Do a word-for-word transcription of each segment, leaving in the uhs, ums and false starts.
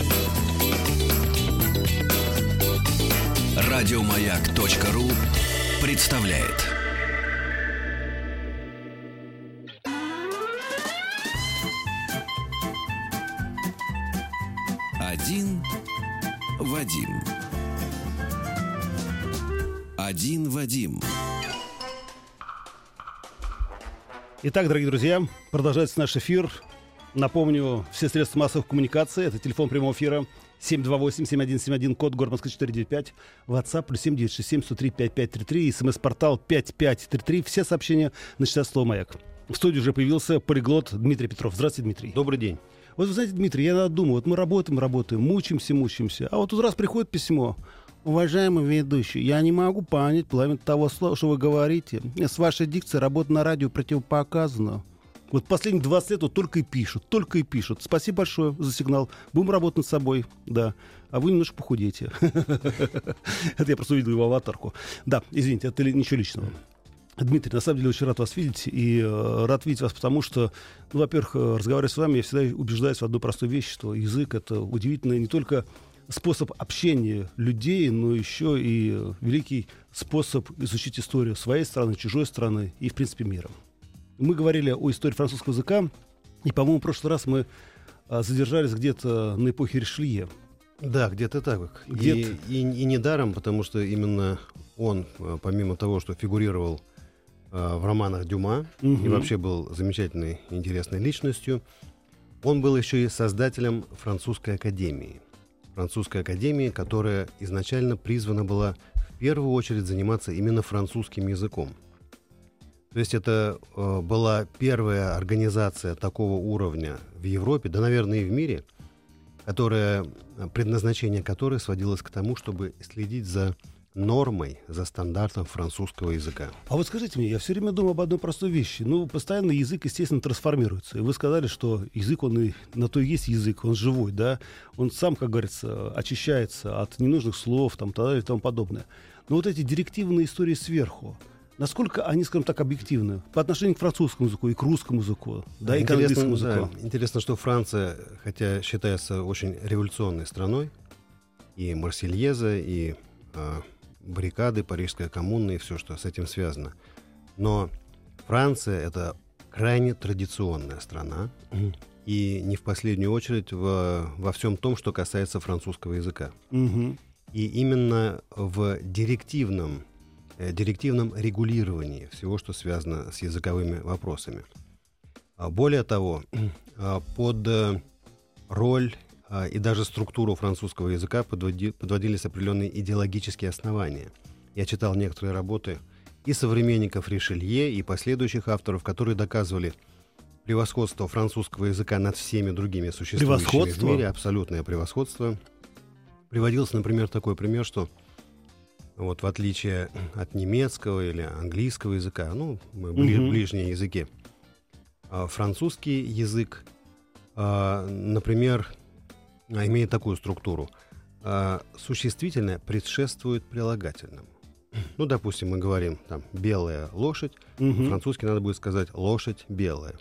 Радиомаяк.ру представляет. Один Вадим. Один Вадим. Итак, дорогие друзья, продолжается наш эфир. Напомню, все средства массовой коммуникации. Это телефон прямого эфира семь два восемь семь один семь один, код город Москвы четыре девять пять, WhatsApp плюс семь девять шесть семь сто три пять пять три три, смс-портал пять пять три три. Все сообщения начинают слово «Маяк». В студии уже появился полиглот Дмитрий Петров. Здравствуйте, Дмитрий. Добрый день. Вот вы знаете, Дмитрий, я думаю, вот мы работаем, работаем, мучаемся, мучаемся, а вот тут раз приходит письмо. Уважаемый ведущий, я не могу понять половину того слова, что вы говорите. С вашей дикцией работа на радио противопоказана. Вот последние двадцать лет вот только и пишут, только и пишут. Спасибо большое за сигнал. Будем работать над собой, да. А вы немножко похудеете. Это я просто увидел его аватарку. Да, извините, это ничего личного. Дмитрий, на самом деле очень рад вас видеть. И э, рад видеть вас, потому что, ну, во-первых, разговаривая с вами, я всегда убеждаюсь в одной простой вещи, что язык — это удивительный не только способ общения людей, но еще и великий способ изучить историю своей страны, чужой страны и, в принципе, мира. Мы говорили о истории французского языка, и, по-моему, в прошлый раз мы а, задержались где-то на эпохе Ришелье. Да, где-то так. Где-то... И, и, и недаром, потому что именно он, помимо того, что фигурировал а, в романах Дюма, угу. и вообще был замечательной, интересной личностью, он был еще и создателем французской академии. Французской академии, которая изначально призвана была в первую очередь заниматься именно французским языком. То есть это э, была первая организация такого уровня в Европе, да, наверное, и в мире, которая, предназначение которой сводилось к тому, чтобы следить за нормой, за стандартом французского языка. А вот скажите мне, я все время думаю об одной простой вещи. Ну, постоянно язык, естественно, трансформируется. И вы сказали, что язык, он и на то и есть язык, он живой, да? Он сам, как говорится, очищается от ненужных слов, там, и тому подобное. Но вот эти директивные истории сверху, насколько они, скажем так, объективны по отношению к французскому языку и к русскому языку, да, и к английскому языку? Да, интересно, что Франция, хотя считается очень революционной страной, и Марсельеза, и э, баррикады, Парижская коммуна, и все, что с этим связано. Но Франция — это крайне традиционная страна, mm-hmm. и не в последнюю очередь в, во всем том, что касается французского языка. Mm-hmm. И именно в директивном директивном регулировании всего, что связано с языковыми вопросами. Более того, под роль и даже структуру французского языка подводи, подводились определенные идеологические основания. Я читал некоторые работы и современников Ришелье, и последующих авторов, которые доказывали превосходство французского языка над всеми другими существующими в мире, абсолютное превосходство. Приводился, например, такой пример, что вот в отличие от немецкого или английского языка, ну, бли- mm-hmm. ближние языки, французский язык, например, имеет такую структуру. Существительное предшествует прилагательному. Ну, допустим, мы говорим там «белая лошадь», mm-hmm. по-французски надо будет сказать «лошадь белая».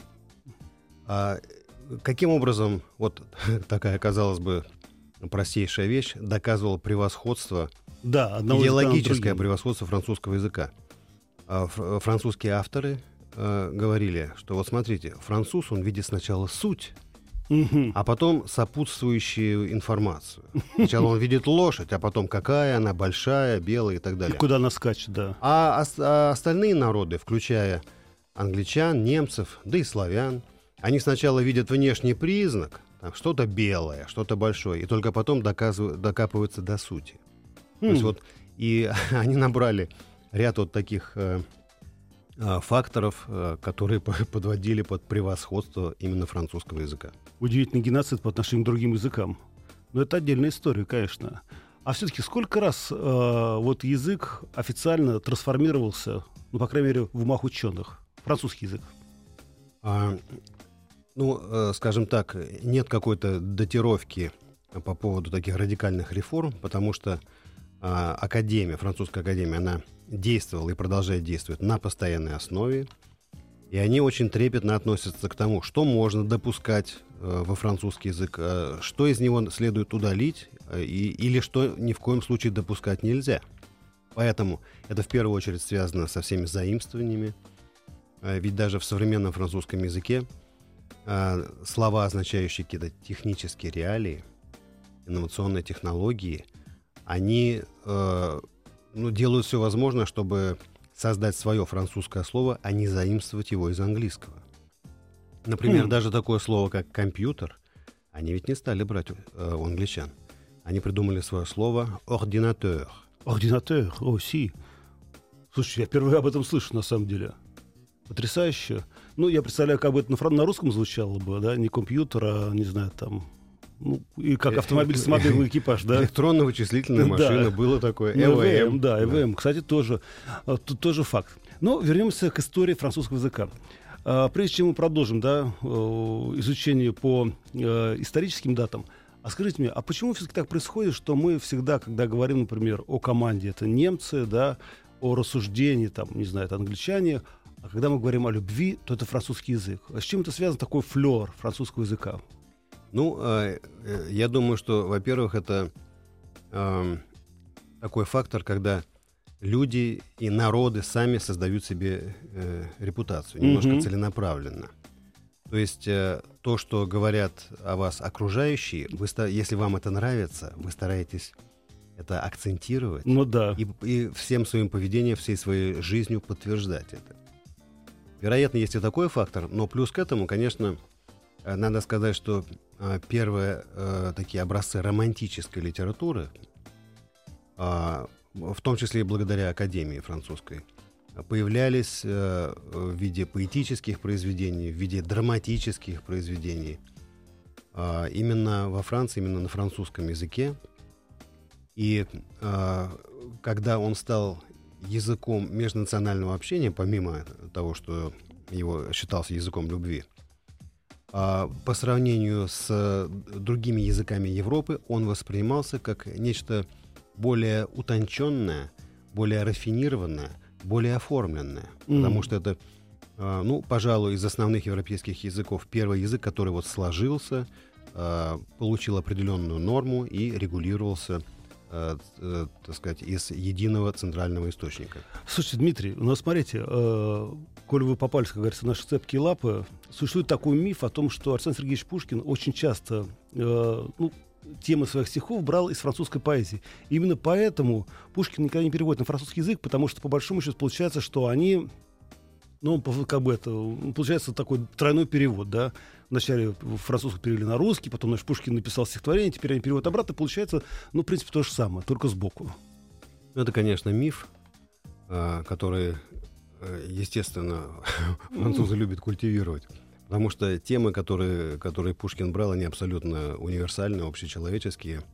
А каким образом вот такая, казалось бы, простейшая вещь доказывала превосходство, да, идеологическое превосходство французского языка? А фр- французские авторы э, говорили, что вот смотрите, француз, он видит сначала суть, угу. а потом сопутствующую информацию. Сначала он видит лошадь, а потом какая она, большая, белая и так далее. И куда она скачет, да. А, ос- а остальные народы, включая англичан, немцев, да и славян, они сначала видят внешний признак, там, что-то белое, что-то большое, и только потом доказыв- докапываются до сути. Mm. То есть вот, и они набрали ряд вот таких э, э, факторов, э, которые подводили под превосходство именно французского языка. Удивительный геноцид по отношению к другим языкам. Но это отдельная история, конечно. А все-таки сколько раз э, вот язык официально трансформировался, ну, по крайней мере, в умах ученых? Французский язык. А, ну, э, скажем так, нет какой-то датировки по поводу таких радикальных реформ, потому что э, Академия, французская академия, она действовала и продолжает действовать на постоянной основе. И они очень трепетно относятся к тому, что можно допускать э, во французский язык, э, что из него следует удалить, э, и, или что ни в коем случае допускать нельзя. Поэтому это в первую очередь связано со всеми заимствованиями. Э, ведь даже в современном французском языке э, слова, означающие какие-то технические реалии, инновационные технологии, они э, ну, делают все возможное, чтобы создать свое французское слово, а не заимствовать его из английского. Например, mm. даже такое слово, как «компьютер», они ведь не стали брать э, у англичан. Они придумали свое слово «ординатeur». «Ординатeur», о, си. Слушай, я впервые об этом слышу, на самом деле. Потрясающе. Ну, я представляю, как бы это на, фран- на русском звучало бы, да, не компьютер, а, не знаю, там... Ну, и как автомобиль самодельный экипаж, да? Электронно-вычислительная машина, было такое. ЭВМ. ЭВМ, да, ЭВМ. Кстати, тоже, тут тоже факт. Но вернемся к истории французского языка. Прежде чем мы продолжим, да, изучение по историческим датам, а скажите мне, а почему все-таки так происходит, что мы всегда, когда говорим, например, о команде, это немцы, да, о рассуждении, там, не знаю, это англичане, а когда мы говорим о любви, то это французский язык. А с чем это связано, такой флёр французского языка? Ну, э, э, я думаю, что, во-первых, это э, такой фактор, когда люди и народы сами создают себе э, репутацию, немножко mm-hmm. целенаправленно. То есть э, то, что говорят о вас окружающие, вы, если вам это нравится, вы стараетесь это акцентировать, ну, да. и, и всем своим поведением, всей своей жизнью подтверждать это. Вероятно, есть и такой фактор, но плюс к этому, конечно, надо сказать, что э, первые э, такие образцы романтической литературы, э, в том числе и благодаря Академии французской, появлялись э, в виде поэтических произведений, в виде драматических произведений э, именно во Франции, именно на французском языке. И э, когда он стал языком межнационального общения, помимо того, что его считался языком любви, по сравнению с другими языками Европы, он воспринимался как нечто более утонченное, более рафинированное, более оформленное. Mm. Потому что это, ну, пожалуй, из основных европейских языков первый язык, который вот сложился, получил определенную норму и регулировался, так сказать, из единого центрального источника. Слушайте, Дмитрий, ну, смотрите, э, коль вы попались, как говорится, в наши цепкие лапы, существует такой миф о том, что Арсений Сергеевич Пушкин очень часто э, ну, темы своих стихов брал из французской поэзии. Именно поэтому Пушкин никогда не переводит на французский язык, потому что, по большому счету, получается, что они... Ну, как бы это, получается такой тройной перевод, да. Вначале французский перевели на русский, потом наш Пушкин написал стихотворение, теперь они переводят обратно, получается, ну, в принципе, то же самое, только сбоку. Это, конечно, миф, который, естественно, французы любят культивировать, потому что темы, которые, которые Пушкин брал, они абсолютно универсальные, общечеловеческие.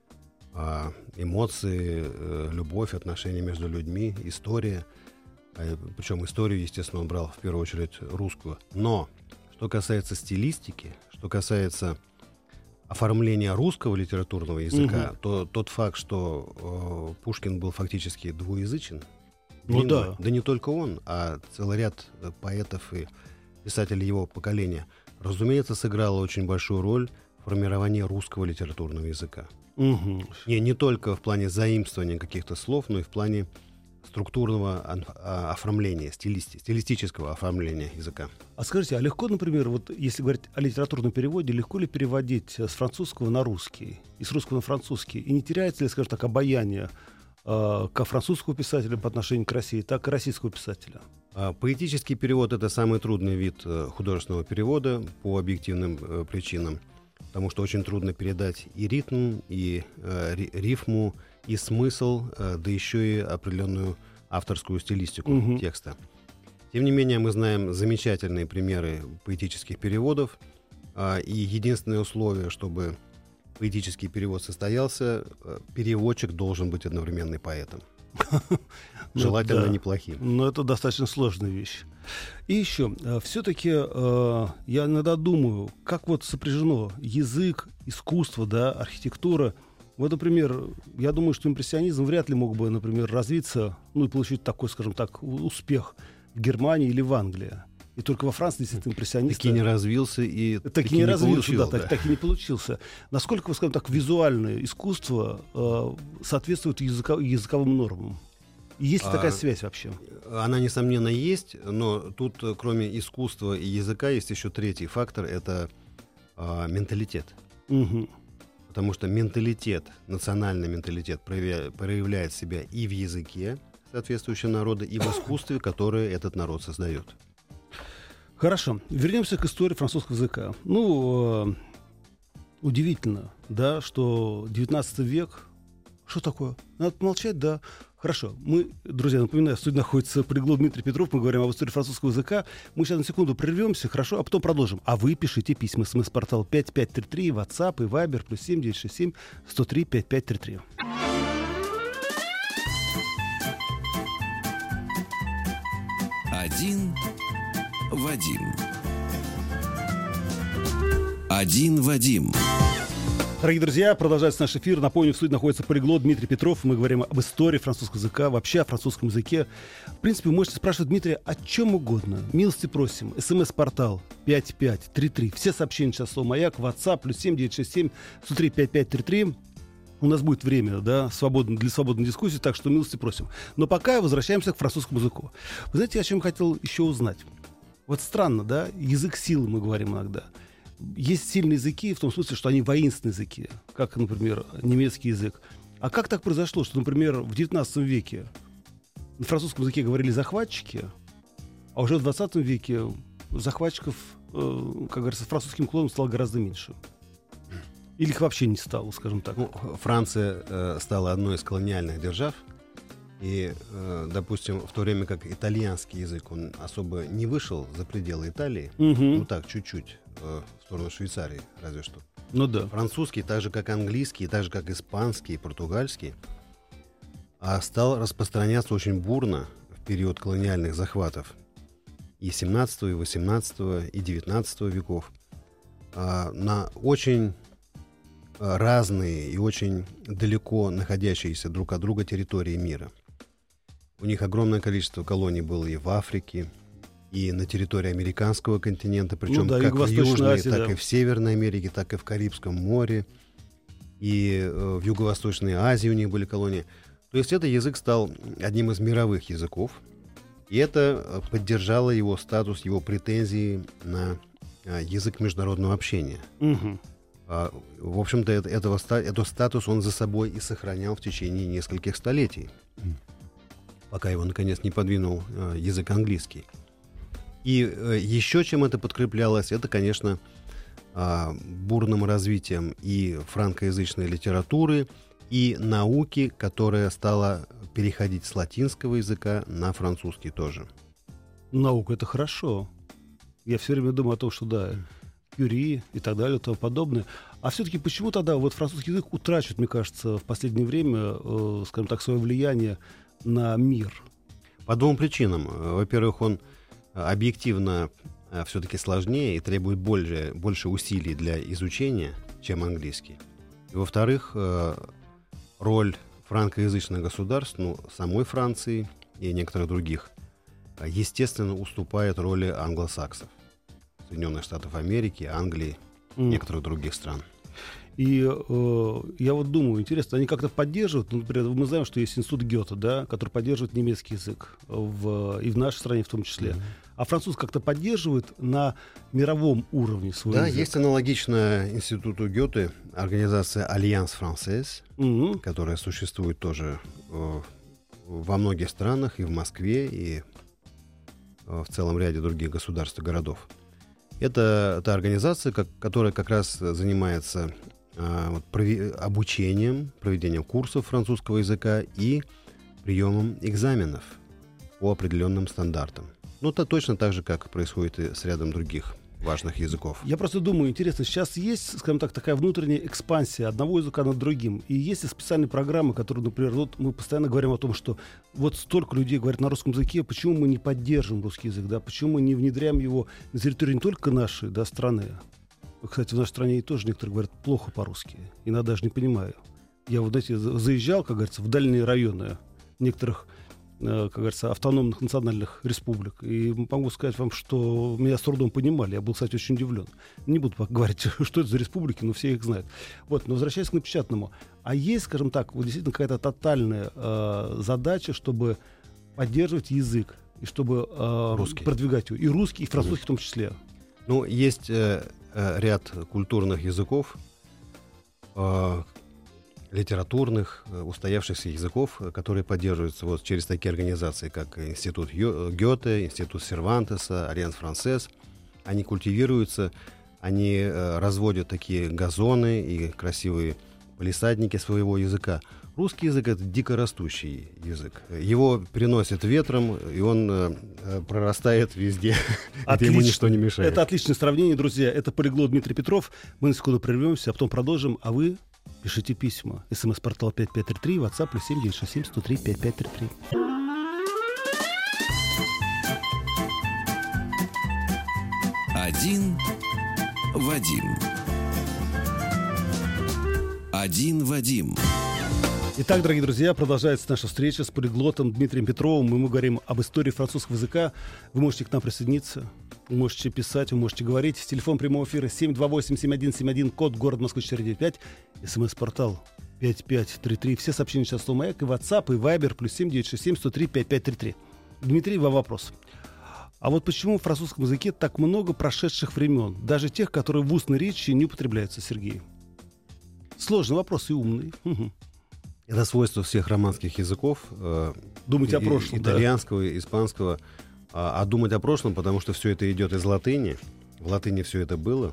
Эмоции, любовь, отношения между людьми, история. Причем историю, естественно, он брал в первую очередь русскую. Но что касается стилистики, что касается оформления русского литературного языка, угу. то тот факт, что э, Пушкин был фактически двуязычен, ну, да. да не только он, а целый ряд поэтов и писателей его поколения, разумеется, сыграло очень большую роль в формировании русского литературного языка. Угу. Не, не только в плане заимствования каких-то слов, но и в плане структурного оформления, стилисти, стилистического оформления языка. А скажите, а легко, например, вот если говорить о литературном переводе, легко ли переводить с французского на русский и с русского на французский? И не теряется ли, скажем так, обаяние э, как французского писателя по отношению к России, так и российского писателя? Поэтический перевод — это самый трудный вид художественного перевода по объективным э, причинам, потому что очень трудно передать и ритм, и э, рифму, и смысл, э, да еще и определенную авторскую стилистику угу. текста. Тем не менее, мы знаем замечательные примеры поэтических переводов, э, и единственное условие, чтобы поэтический перевод состоялся, э, переводчик должен быть одновременно поэтом. Желательно неплохим. Но это достаточно сложная вещь. И еще, все-таки э, я иногда думаю, как вот сопряжено язык, искусство, да, архитектура. Вот, например, я думаю, что импрессионизм вряд ли мог бы, например, развиться, ну и получить такой, скажем так, успех в Германии или в Англии. И только во Франции действительно импрессионисты... Таки не развился и так таки и не, не развился, получил, да, да. Так, так и не получился. Насколько, вы скажем так, визуальное искусство э, соответствует языко, языковым нормам? И есть ли А, такая связь вообще? Она, несомненно, есть, но тут, кроме искусства и языка, есть еще третий фактор — это а, менталитет. Угу. Потому что менталитет, национальный менталитет проявля, проявляет себя и в языке соответствующего народа, и в искусстве, которое этот народ создает. Хорошо. Вернемся к истории французского языка. Ну, э, удивительно, да, что девятнадцатый век... Что такое? Надо помолчать, да. Хорошо. Мы, друзья, напоминаю, в студии находится Полиглот Дмитрий Петров. Мы говорим об истории французского языка. Мы сейчас на секунду прервемся, хорошо, а потом продолжим. А вы пишите письма. СМС-портал пять пять три три, WhatsApp и Viber, плюс семь девятьсот шестьдесят семь сто три пятьдесят пять тридцать три. Один Вадим. Один Вадим. Дорогие друзья, продолжается наш эфир. Напомню, в студии находится Полиглот Дмитрий Петров. Мы говорим об истории французского языка, вообще о французском языке. В принципе, вы можете спрашивать Дмитрия о чем угодно. Милости просим. СМС-портал пять пять три три. Все сообщения сейчас слово «Маяк», WhatsApp, плюс семь девятьсот шестьдесят семь сто три пятьдесят пять тридцать три. У нас будет время, да, свободно, для свободной дискуссии, так что милости просим. Но пока возвращаемся к французскому языку. Вы знаете, о чем хотел еще узнать? Вот странно, да, язык силы мы говорим иногда. Есть сильные языки в том смысле, что они воинственные языки, как, например, немецкий язык. А как так произошло, что, например, в девятнадцатом веке на французском языке говорили захватчики, а уже в двадцатом веке захватчиков, э, как говорится, французским клоном стало гораздо меньше? Или их вообще не стало, скажем так? Ну, Франция э, стала одной из колониальных держав. И, э, допустим, в то время как итальянский язык, он особо не вышел за пределы Италии, Угу. ну так, чуть-чуть, э, в сторону Швейцарии, разве что. Ну да. Французский, так же как английский, так же как испанский и португальский, а стал распространяться очень бурно в период колониальных захватов и семнадцатого, и восемнадцатого, и девятнадцатого веков а, на очень а, разные и очень далеко находящиеся друг от друга территории мира. У них огромное количество колоний было и в Африке, и на территории американского континента, причем Ну да, как в Юго-Восточной Южной, Азии, так да. и в Северной Америке, так и в Карибском море, и э, в Юго-Восточной Азии у них были колонии. То есть этот язык стал одним из мировых языков, и это э, поддержало его статус, его претензии на э, язык международного общения. Угу. А, в общем-то, это, этого, ста- этот статус он за собой и сохранял в течение нескольких столетий, пока его, наконец, не подвинул э, язык английский. И э, еще чем это подкреплялось, это, конечно, э, бурным развитием и франкоязычной литературы, и науки, которая стала переходить с латинского языка на французский тоже. Наука — это хорошо. Я все время думаю о том, что да, Кюри и так далее, и тому подобное. А все-таки почему тогда вот французский язык утрачивает, мне кажется, в последнее время, э, скажем так, свое влияние на мир? По двум причинам. Во-первых, он объективно э, все-таки сложнее и требует больше, больше усилий для изучения, чем английский. И, во-вторых, э, роль франкоязычных государств, ну, самой Франции и некоторых других, естественно, уступает роли англосаксов, Соединенных Штатов Америки, Англии, и Mm. некоторых других стран. И э, я вот думаю, интересно, они как-то поддерживают, ну, например, мы знаем, что есть институт Гёте, да, который поддерживает немецкий язык в, и в нашей стране в том числе. Mm-hmm. А француз как-то поддерживает на мировом уровне свой Да, язык. есть аналогичная институту Гёте организация Alliance Française, Мгм. которая существует тоже э, во многих странах, и в Москве, и э, в целом ряде других государств и городов. Это та организация, как, которая как раз занимается э, вот, прови- обучением, проведением курсов французского языка и приемом экзаменов по определенным стандартам. Ну, это точно так же, как происходит и с рядом других важных языков. Я просто думаю, интересно, сейчас есть, скажем так, такая внутренняя экспансия одного языка над другим. И есть ли специальные программы, которые, например, вот мы постоянно говорим о том, что вот столько людей говорят на русском языке, почему мы не поддерживаем русский язык, да, почему мы не внедряем его на территории не только нашей, да, страны. Кстати, в нашей стране тоже некоторые говорят плохо по-русски. Иногда даже не понимаю. Я вот, знаете, за- заезжал, как говорится, в дальние районы некоторых как говорится, автономных национальных республик. И могу сказать вам, что меня с трудом понимали. Я был, кстати, очень удивлен. Не буду говорить, что это за республики, но все их знают. Вот, но возвращаясь к напечатанному. А есть, скажем так, вот действительно какая-то тотальная э, задача, чтобы поддерживать язык и чтобы э, продвигать его. И русский, и французский в том числе. Ну, есть э, э, ряд культурных языков, э, литературных, устоявшихся языков, которые поддерживаются вот через такие организации, как Институт Гёте, Институт Сервантеса, Альянс Франсес. Они культивируются, они э, разводят такие газоны и красивые палисадники своего языка. Русский язык — это дикорастущий язык. Его переносит ветром, и он э, прорастает везде, где ему ничто не мешает. Это отличное сравнение, друзья. Это полиглот Дмитрий Петров. Мы на секунду прервемся, а потом продолжим. А вы пишите письма. СМС-портал пять пять три три, WhatsApp плюс семь девять шесть семь сто три пять пять три три. Один Вадим. Один Вадим. Итак, дорогие друзья, продолжается наша встреча с полиглотом Дмитрием Петровым. Мы говорим об истории французского языка. Вы можете к нам присоединиться, вы можете писать, вы можете говорить. Телефон прямого эфира семь два восемь семь один семь один, код город Москвы четыре девять пять, СМС-портал пять пять три три. Все сообщения сейчас в Маяк, и WhatsApp, и Viber, плюс семь девять шесть семь сто три пять пять три три. Дмитрий, вам вопрос. А вот почему в французском языке так много прошедших времен, даже тех, которые в устной речи не употребляются, Сергей? Сложный вопрос и умный. Угу. Это свойство всех романских языков. Э, думать и, о прошлом. Итальянского, да. испанского. А, а думать о прошлом, потому что все это идет из латыни. В латыни все это было.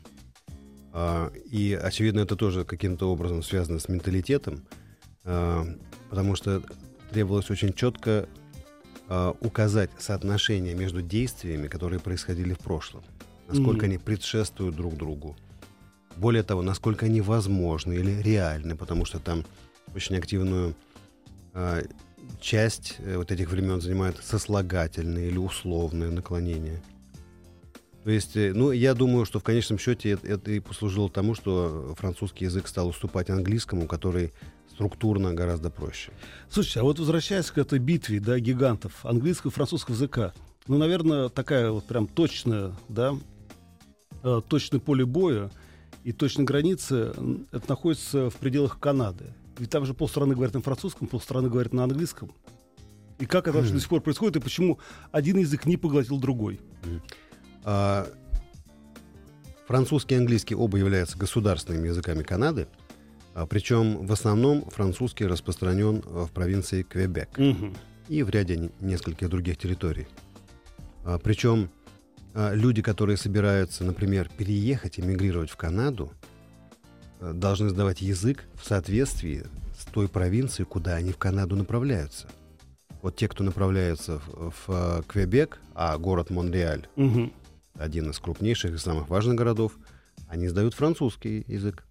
А, и, очевидно, это тоже каким-то образом связано с менталитетом. А, потому что требовалось очень четко а, указать соотношение между действиями, которые происходили в прошлом. Насколько mm-hmm. они предшествуют друг другу. Более того, насколько они возможны или реальны, потому что там очень активную э, часть э, вот этих времен занимают сослагательные или условные наклонения. То есть, э, ну, я думаю, что в конечном счете это, это и послужило тому, что французский язык стал уступать английскому, который структурно гораздо проще. Слушайте, а вот возвращаясь к этой битве, да, гигантов английского и французского языка, ну, наверное, такая вот прям точная, да, э, точное поле боя и точная граница, это находится в пределах Канады. Ведь там же полстраны говорят на французском, полстраны говорят на английском. И как это вообще mm. до сих пор происходит, и почему один язык не поглотил другой? Mm. А, французский и английский оба являются государственными языками Канады, а, причем в основном французский распространен в провинции Квебек mm-hmm. и в ряде нескольких других территорий. А, причем а, люди, которые собираются, например, переехать, эмигрировать в Канаду, должны сдавать язык в соответствии с той провинцией, куда они в Канаду направляются. Вот те, кто направляется в, в Квебек, а город Монреаль, угу. один из крупнейших и самых важных городов, они сдают французский язык.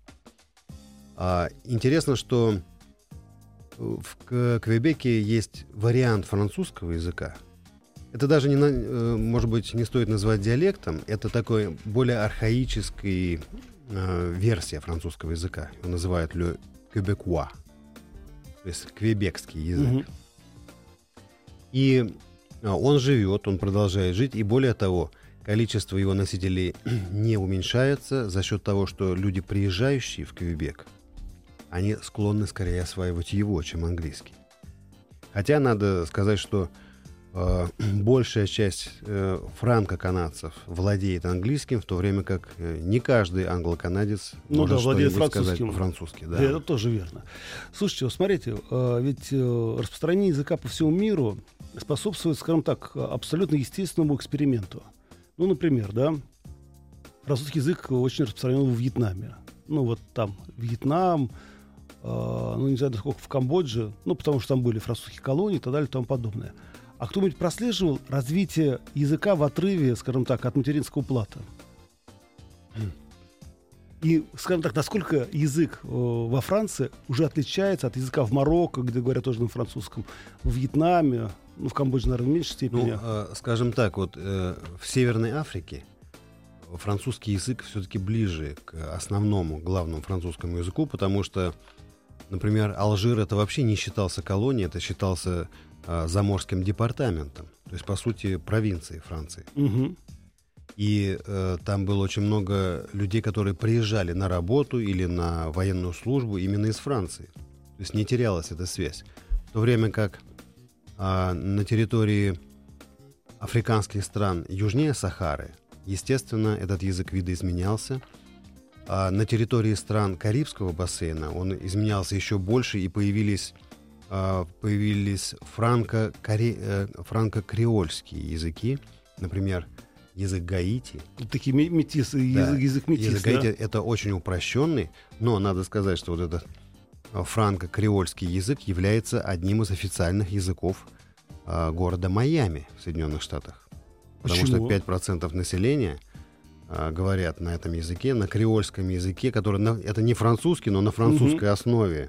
А, интересно, что в Квебеке есть вариант французского языка. Это даже, не, может быть, не стоит назвать диалектом, это такой более архаический версия французского языка. Его называют le québécois, то есть квебекский язык. Mm-hmm. И он живет, он продолжает жить, и более того, количество его носителей не уменьшается за счет того, что люди, приезжающие в Квебек, они склонны скорее осваивать его, чем английский. Хотя надо сказать, что э, большая часть э, франко-канадцев владеет английским, в то время как э, не каждый англо-канадец ну может да, владеет что-нибудь сказать французским. по-французски. Да. Да, это тоже верно. Слушайте, вот смотрите, э, ведь э, распространение языка по всему миру способствует, скажем так, абсолютно естественному эксперименту. Ну, например, да, французский язык очень распространен в Вьетнаме. Ну, вот там Вьетнам, э, ну, не знаю, сколько в Камбодже, ну, потому что там были французские колонии и так далее и тому подобное. А кто-нибудь прослеживал развитие языка в отрыве, скажем так, от материнского плата? И, скажем так, насколько язык э, во Франции уже отличается от языка в Марокко, где говорят тоже на французском, в Вьетнаме, ну, в Камбодже, наверное, в меньшей степени. Ну, э, скажем так, вот э, в Северной Африке французский язык все-таки ближе к основному, главному французскому языку, потому что Например, Алжир это вообще не считался колонией, это считался а, заморским департаментом, то есть, по сути, провинцией Франции. Угу. И э, там было очень много людей, которые приезжали на работу или на военную службу именно из Франции. То есть не терялась эта связь. В то время как э, на территории африканских стран южнее Сахары, естественно, этот язык видоизменялся. А на территории стран Карибского бассейна он изменялся еще больше, и появились, э, появились франко-кари, э, франко-креольские языки, например, язык Гаити. Такие метисы, Да. язык, язык метис, Язык да? Гаити — это очень упрощенный, но надо сказать, что вот этот франко-креольский язык является одним из официальных языков а, города Майами в Соединенных Штатах. Потому Почему? что пять процентов населения а, говорят на этом языке, на креольском языке, который на, это не французский, но на французской Мгм. основе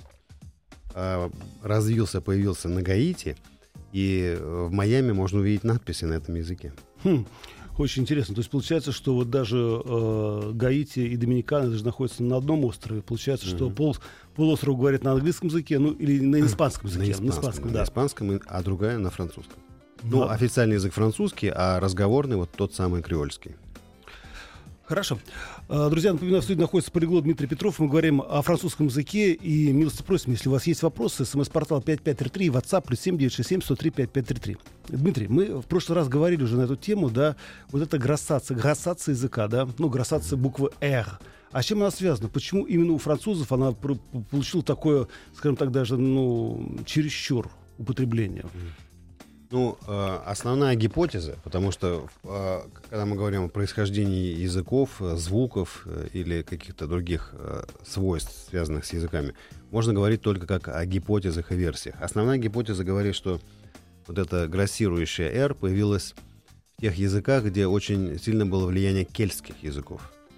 а, развился, появился на Гаити, и в Майами можно увидеть надписи на этом языке. Хм, очень интересно. То есть получается, что вот даже э, Гаити и Доминикана даже находятся на одном острове. Получается, что Мгм. пол, полуостров говорит на английском языке, ну или на испанском На языке. испанском, да. на испанском, и- а другая на французском. Ну, Да. официальный язык французский, а разговорный вот тот самый креольский. Хорошо. А, Друзья, напоминаю, в студии находится полиглот Дмитрий Петров. Мы говорим о французском языке и милости просим, если у вас есть вопросы, смс-портал пять пять три три, WhatsApp плюс семь девятьсот шестьдесят семь сто три пять пять три три. Дмитрий, мы в прошлый раз говорили уже на эту тему, да, вот это грассация, грассация языка, да, ну, грассация буквы «Р». А с чем она связана? Почему именно у французов она пр- получила такое, скажем так, даже, ну, чересчур употребление? Ну, э, основная гипотеза, потому что э, когда мы говорим о происхождении языков, э, звуков э, или каких-то других э, свойств, связанных с языками, можно говорить только как о гипотезах и версиях. Основная гипотеза говорит, что вот эта грассирующая «р» появилась в тех языках, где очень сильно было влияние кельтских языков.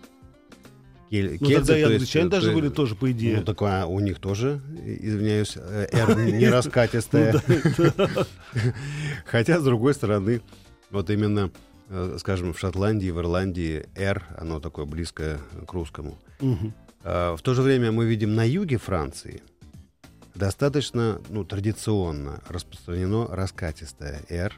Кель- Ну, кельты, тогда и то есть, англичане э, даже то- были тоже, по идее. Ну, так а у них тоже, э, извиняюсь, э, «р» не раскатистая. Хотя, с другой стороны, вот именно, э, скажем, в Шотландии, в Ирландии «р», оно такое близкое к русскому. Мгм. А, В то же время мы видим на юге Франции достаточно, ну, традиционно распространено раскатистое «р»,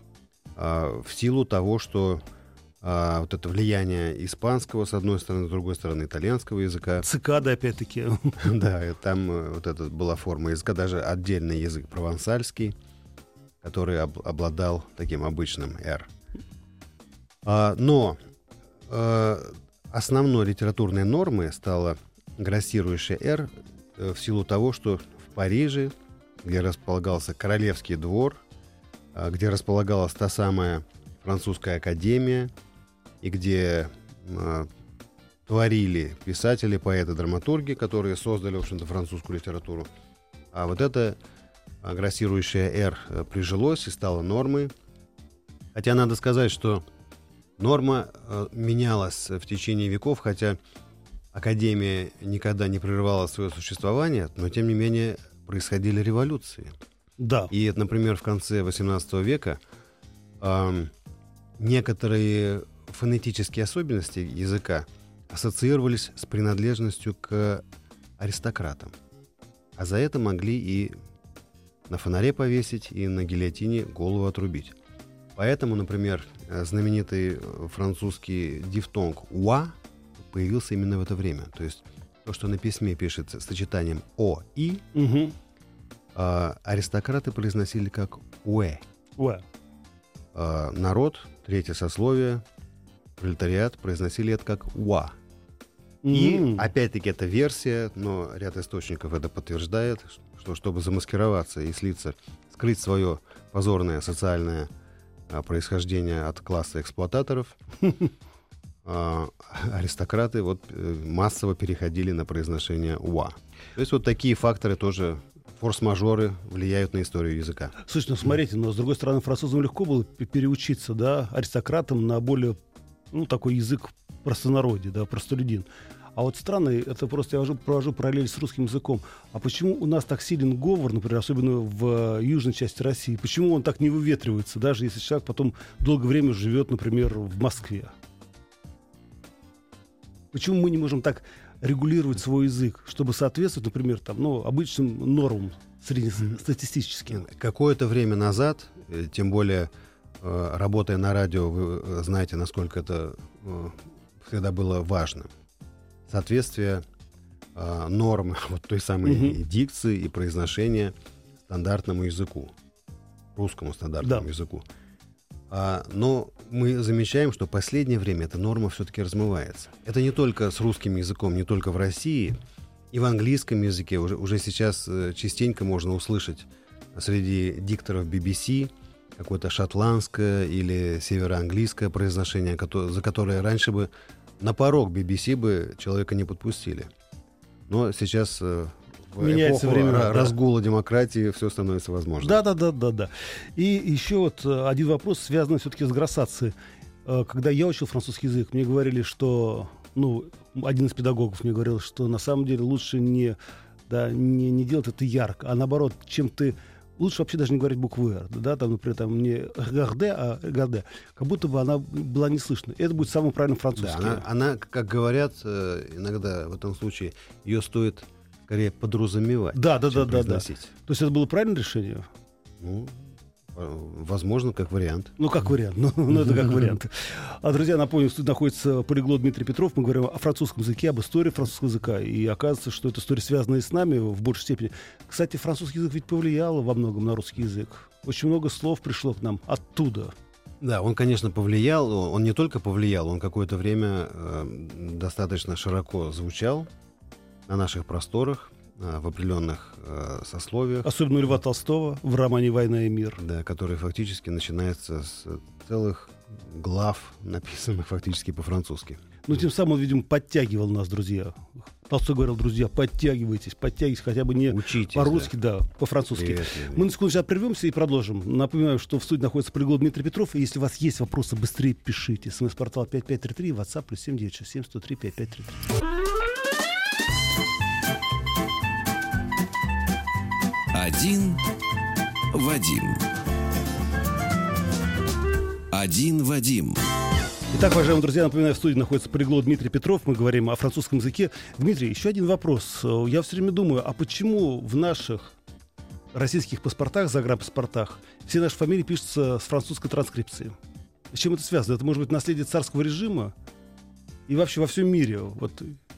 а, в силу того, что а, вот это влияние испанского, с одной стороны, с другой стороны, итальянского языка. Цикады, опять-таки. Да, и там э, вот это была форма языка, даже отдельный язык провансальский, который об- обладал таким обычным «р». А, но э, основной литературной нормой стала грассирующая «р» э, в силу того, что в Париже, где располагался Королевский двор, а, где располагалась та самая французская академия, и где э, творили писатели, поэты, драматурги, которые создали, в общем-то, французскую литературу. А вот это а, грассирующее «р» э, прижилось и стало нормой. Хотя надо сказать, что норма э, менялась в течение веков, хотя академия никогда не прерывала свое существование, но, тем не менее, происходили революции. Да. И, например, в конце восемнадцатого века эм, некоторые фонетические особенности языка ассоциировались с принадлежностью к аристократам. А за это могли и на фонаре повесить, и на гильотине голову отрубить. Поэтому, например, знаменитый французский дифтонг «уа» появился именно в это время. То есть то, что на письме пишется с сочетанием «о» и, Угу. а, аристократы произносили как «уэ». Уэ. А, народ, третье сословие, пролетариат произносили это как «уа». И, М. опять-таки, это версия, но ряд источников это подтверждает, что чтобы замаскироваться и слиться, скрыть свое позорное социальное а, происхождение от класса эксплуататоров, а, аристократы вот э, массово переходили на произношение «уа». То есть вот такие факторы тоже, форс-мажоры, влияют на историю языка. Слушай, ну смотрите, но с другой стороны, французам легко было п- переучиться, да, аристократам на более, ну, такой язык простонародья, да, простолюдин. А вот странно, это просто я уже провожу параллель с русским языком. А почему у нас так силен говор, например, особенно в э, южной части России? Почему он так не выветривается, даже если человек потом долгое время живет, например, в Москве? Почему мы не можем так регулировать свой язык, чтобы соответствовать, например, там, ну, обычным нормам среднестатистическим? Какое-то время назад, тем более работая на радио, вы знаете, насколько это всегда было важно. Соответствие нормы вот той самой mm-hmm. дикции и произношения стандартному языку, русскому стандартному да. языку. А, но мы замечаем, что в последнее время эта норма все-таки размывается. Это не только с русским языком, не только в России, и в английском языке уже, уже сейчас частенько можно услышать среди дикторов би би си какое-то шотландское или североанглийское произношение, за которое раньше бы на порог би би си бы человека не подпустили. Но сейчас в меняется эпоху времена, ра- разгула да. демократии все становится возможным. Да, да, да, да, да. И еще вот один вопрос, связанный все-таки с грассацией. Когда я учил французский язык, мне говорили, что, ну, один из педагогов мне говорил, что на самом деле лучше не, да, не, не делать это ярко, а наоборот, чем ты лучше вообще даже не говорить букву «Р», да, там, например, там не «регарде», а «регарде», как будто бы она была не слышна. Это будет самым правильным французским. Да, она, она, как говорят иногда в этом случае, ее стоит скорее подразумевать. Да, да, да, да, да. То есть это было правильное решение? Ну, возможно, как вариант. Ну, как вариант. Ну, ну это как вариант. А, друзья, напомню, в студии находится полиглот Дмитрий Петров. Мы говорим о французском языке, об истории французского языка. И оказывается, что эта история связана и с нами в большей степени. Кстати, французский язык ведь повлиял во многом на русский язык. Очень много слов пришло к нам оттуда. Да, он, конечно, повлиял. Он не только повлиял, он какое-то время э, достаточно широко звучал на наших просторах, в определенных э, сословиях. Особенно у Льва Толстого в романе «Война и мир». Да, который фактически начинается с целых глав, написанных фактически по-французски. Ну, тем самым он, видимо, подтягивал нас, друзья. Толстой говорил: друзья, подтягивайтесь, подтягивайтесь, хотя бы не Учитесь, по-русски, да, да, по-французски. Привет, Мы на секунду сейчас прервемся и продолжим. Напоминаю, что в студии находится полиглот Дмитрий Петров. И если у вас есть вопросы, быстрее пишите. СМС-портал пять пять три три, WhatsApp плюс семь девять шесть семь сто три пять пять три три. Один Вадим. Один Вадим. Итак, уважаемые друзья, напоминаю, в студии находится полиглот Дмитрий Петров. Мы говорим о французском языке. Дмитрий, еще один вопрос. Я все время думаю, а почему в наших российских паспортах, загранпаспортах, все наши фамилии пишутся с французской транскрипцией? С чем это связано? Это может быть наследие царского режима и вообще во всем мире? Вот.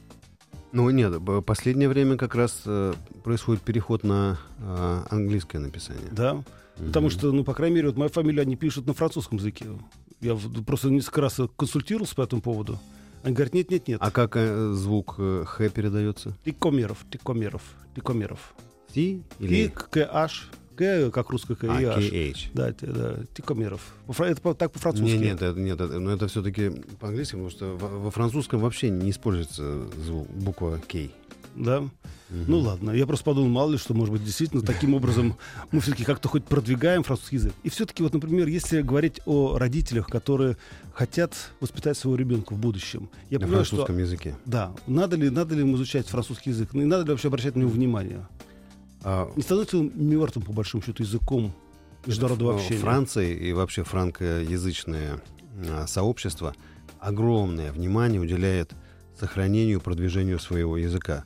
Ну нет, в последнее время как раз э, происходит переход на э, английское написание. Да, mm-hmm. Потому что, ну, по крайней мере, вот мою фамилию они пишут на французском языке. Я просто несколько раз консультировался по этому поводу. Они говорят: нет, нет, нет. А как э, звук э, «х» передается? Тикомеров, Тикомеров, Тикомеров. Ти или? К-H. К, как русское К, и а, H. Да, да, Тикомеров. Это по, так по-французски. Нет, нет, это, нет это, но это все-таки по-английски, потому что во, во французском вообще не используется звук, буква К. Да? Угу. Ну ладно, я просто подумал, мало ли что, может быть, действительно таким образом мы все-таки как-то хоть продвигаем французский язык. И все-таки, вот, например, если говорить о родителях, которые хотят воспитать своего ребенка в будущем. Я на понимаю, французском что, языке. Да, надо ли, надо ли им изучать французский язык? И надо ли вообще обращать на него внимание? А, не становится он мертвым, по большому счету, языком международного общения? Франция и вообще франкоязычное сообщество огромное внимание уделяет сохранению и продвижению своего языка.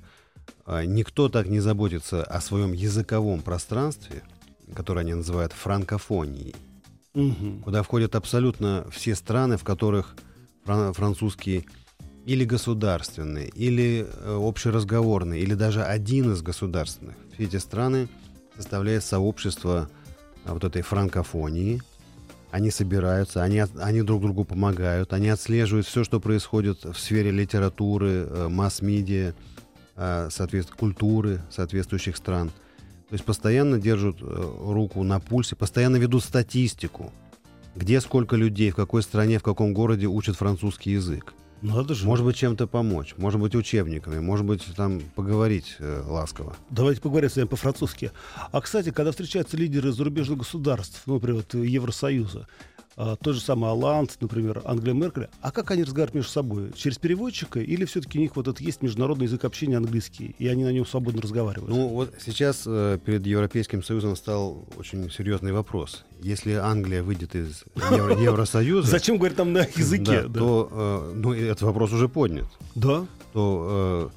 Никто так не заботится о своем языковом пространстве, которое они называют франкофонией, угу. куда входят абсолютно все страны, в которых фран- французский или государственный, или общеразговорный, или даже один из государственных. Все эти страны составляют сообщество вот этой франкофонии. Они собираются, они, они друг другу помогают, они отслеживают все, что происходит в сфере литературы, масс-медиа, соответственно, культуры соответствующих стран. То есть постоянно держат руку на пульсе, постоянно ведут статистику, где сколько людей, в какой стране, в каком городе учат французский язык. Надо же. Может быть, чем-то помочь, может быть, учебниками, может быть, там поговорить э, ласково. Давайте поговорим с вами по-французски. А, кстати, когда встречаются лидеры зарубежных государств, ну, например, вот, Евросоюза, а, тот же самый Оланд, например, Ангела Меркель, а как они разговаривают между собой? Через переводчика или все-таки у них вот этот есть международный язык общения английский, и они на нем свободно разговаривают? Ну, вот сейчас э, перед Европейским Союзом стал очень серьезный вопрос. Если Англия выйдет из Евро- Евросоюза... Зачем говорить там на языке? Да, то, э, ну, этот вопрос уже поднят. Да? То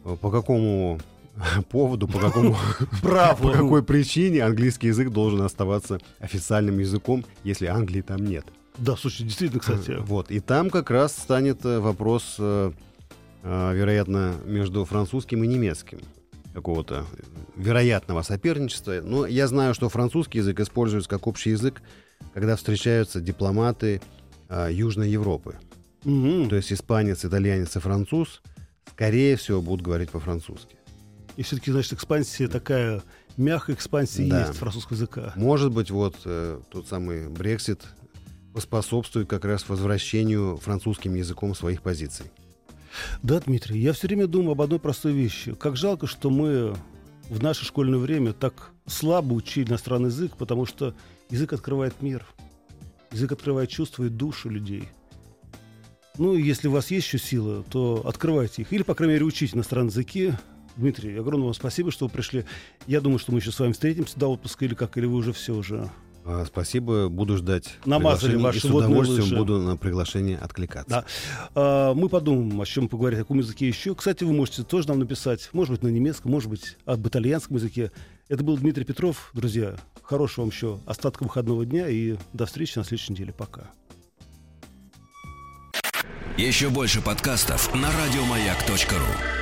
по какому поводу, по какому праву, по какой причине английский язык должен оставаться официальным языком, если Англии там нет. Да, слушай, действительно, кстати. Вот, и там как раз станет вопрос, вероятно, между французским и немецким, какого-то вероятного соперничества. Но я знаю, что французский язык используется как общий язык, когда встречаются дипломаты Южной Европы. Угу. То есть испанец, итальянец и француз, скорее всего, будут говорить по-французски. И все-таки, значит, экспансия такая, мягкая экспансия Да. есть французского языка. Может быть, вот э, тот самый Брексит поспособствует как раз возвращению французским языком своих позиций. Да, Дмитрий, я все время думаю об одной простой вещи. Как жалко, что мы в наше школьное время так слабо учили иностранный язык, потому что язык открывает мир. Язык открывает чувства и души людей. Ну, и если у вас есть еще силы, то открывайте их. Или, по крайней мере, учите иностранные языки. Дмитрий, огромное вам спасибо, что вы пришли. Я думаю, что мы еще с вами встретимся до отпуска, или как, или вы уже все уже... А, спасибо, буду ждать Намазали приглашений ваши и с водные удовольствием лыжи. буду на приглашение откликаться. Да. А, мы подумаем, о чем поговорить, о каком языке еще. Кстати, вы можете тоже нам написать, может быть, на немецком, может быть, об итальянском языке. Это был Дмитрий Петров. Друзья, хорошего вам еще остатка выходного дня и до встречи на следующей неделе. Пока. Еще больше подкастов на радиомаяк точка ру.